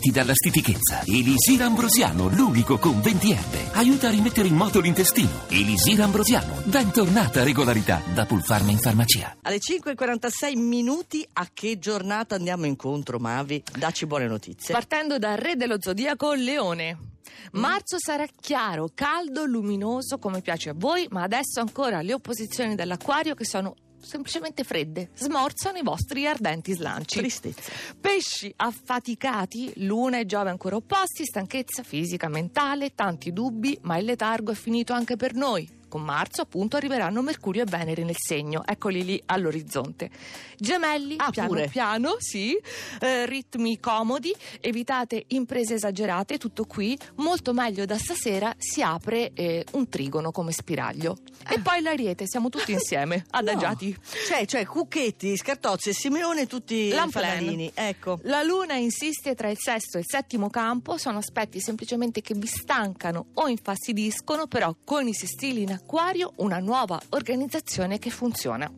liberarti dalla stitichezza. Elisir Ambrosiano, l'unico con 20 erbe. Aiuta a rimettere in moto l'intestino. Elisir Ambrosiano, bentornata regolarità da Pulfarma in farmacia. Alle 5:46 minuti, a che giornata andiamo incontro, Mavi? Dacci buone notizie. Partendo dal re dello zodiaco, Leone. Marzo sarà chiaro, caldo, luminoso come piace a voi, ma adesso ancora le opposizioni dell'Acquario che sono semplicemente fredde, smorzano i vostri ardenti slanci. Tristezza. Pesci affaticati, Luna e Giove ancora opposti, stanchezza fisica, mentale, tanti dubbi, ma il letargo è finito anche per noi. Con Marzo appunto arriveranno Mercurio e Venere nel segno, eccoli lì all'orizzonte. Gemelli, piano pure. piano, sì, ritmi comodi, evitate imprese esagerate, tutto qui. Molto meglio da stasera si apre un trigono come spiraglio. E poi l'Ariete, siamo tutti insieme, adagiati. No. Cioè Cucchetti, Scartozzi e Simeone, tutti L'Amplen. fanalini. Ecco. La Luna insiste tra il sesto e il settimo campo, sono aspetti semplicemente che vi stancano o infastidiscono, però con i sestili in Acquario una nuova organizzazione che funziona.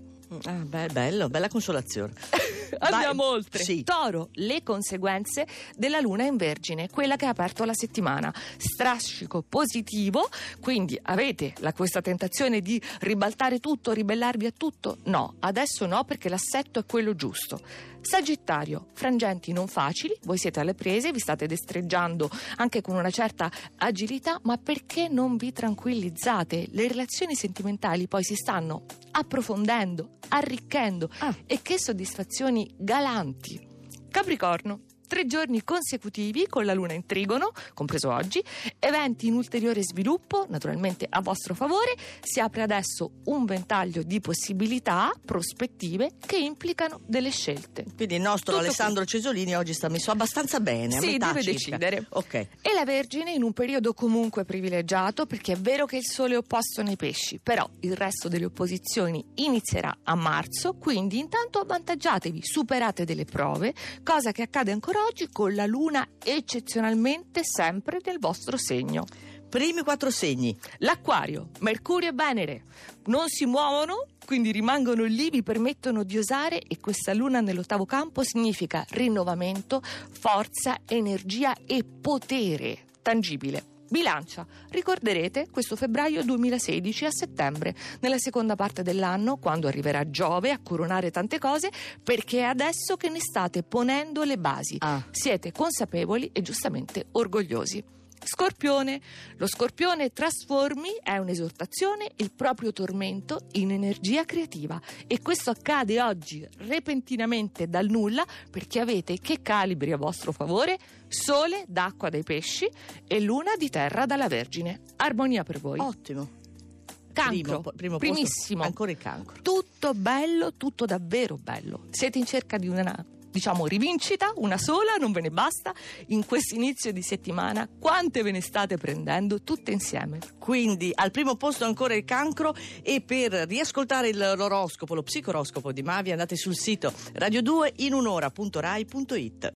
Bello, bella consolazione. Andiamo oltre. Sì. Toro, le conseguenze della Luna in Vergine, quella che ha aperto la settimana. Strascico positivo, quindi avete questa tentazione di ribaltare tutto, ribellarvi a tutto? No, adesso no, perché l'assetto è quello giusto. Sagittario, frangenti non facili, voi siete alle prese, vi state destreggiando anche con una certa agilità, ma perché non vi tranquillizzate? Le relazioni sentimentali poi si stanno approfondendo, arricchendo e che soddisfazioni galanti. Capricorno, 3 giorni consecutivi con la Luna in trigono, compreso oggi, eventi in ulteriore sviluppo, naturalmente a vostro favore. Si apre adesso un ventaglio di possibilità, prospettive che implicano delle scelte. Quindi il nostro Tutto Alessandro Cesolini oggi sta messo abbastanza bene. Sì, a metà deve circa. decidere. Ok. E la Vergine in un periodo comunque privilegiato, perché è vero che il Sole è opposto nei pesci, però il resto delle opposizioni inizierà a marzo, quindi intanto avvantaggiatevi, superate delle prove, cosa che accade ancora oggi con la Luna eccezionalmente sempre nel vostro segno. Primi 4 segni. L'Acquario, Mercurio e Venere non si muovono, quindi rimangono lì, vi permettono di osare, e questa Luna nell'8° campo significa rinnovamento, forza, energia e potere tangibile. Bilancia, ricorderete questo febbraio 2016 a settembre, nella seconda parte dell'anno, quando arriverà Giove a coronare tante cose, perché è adesso che ne state ponendo le basi. Siete consapevoli e giustamente orgogliosi. Scorpione, lo Scorpione trasformi è un'esortazione, il proprio tormento in energia creativa, e questo accade oggi repentinamente dal nulla, perché avete che calibri a vostro favore? Sole d'acqua dai pesci e Luna di terra dalla Vergine. Armonia per voi. Ottimo. Cancro, Primo primissimo. posto, ancora il Cancro. Tutto bello, tutto davvero bello. Siete in cerca di una, rivincita, una sola, non ve ne basta. In questo inizio di settimana quante ve ne state prendendo tutte insieme? Quindi al primo posto ancora il Cancro, e per riascoltare l'oroscopo, lo psicoroscopo di Mavi, andate sul sito radio2inunora.rai.it.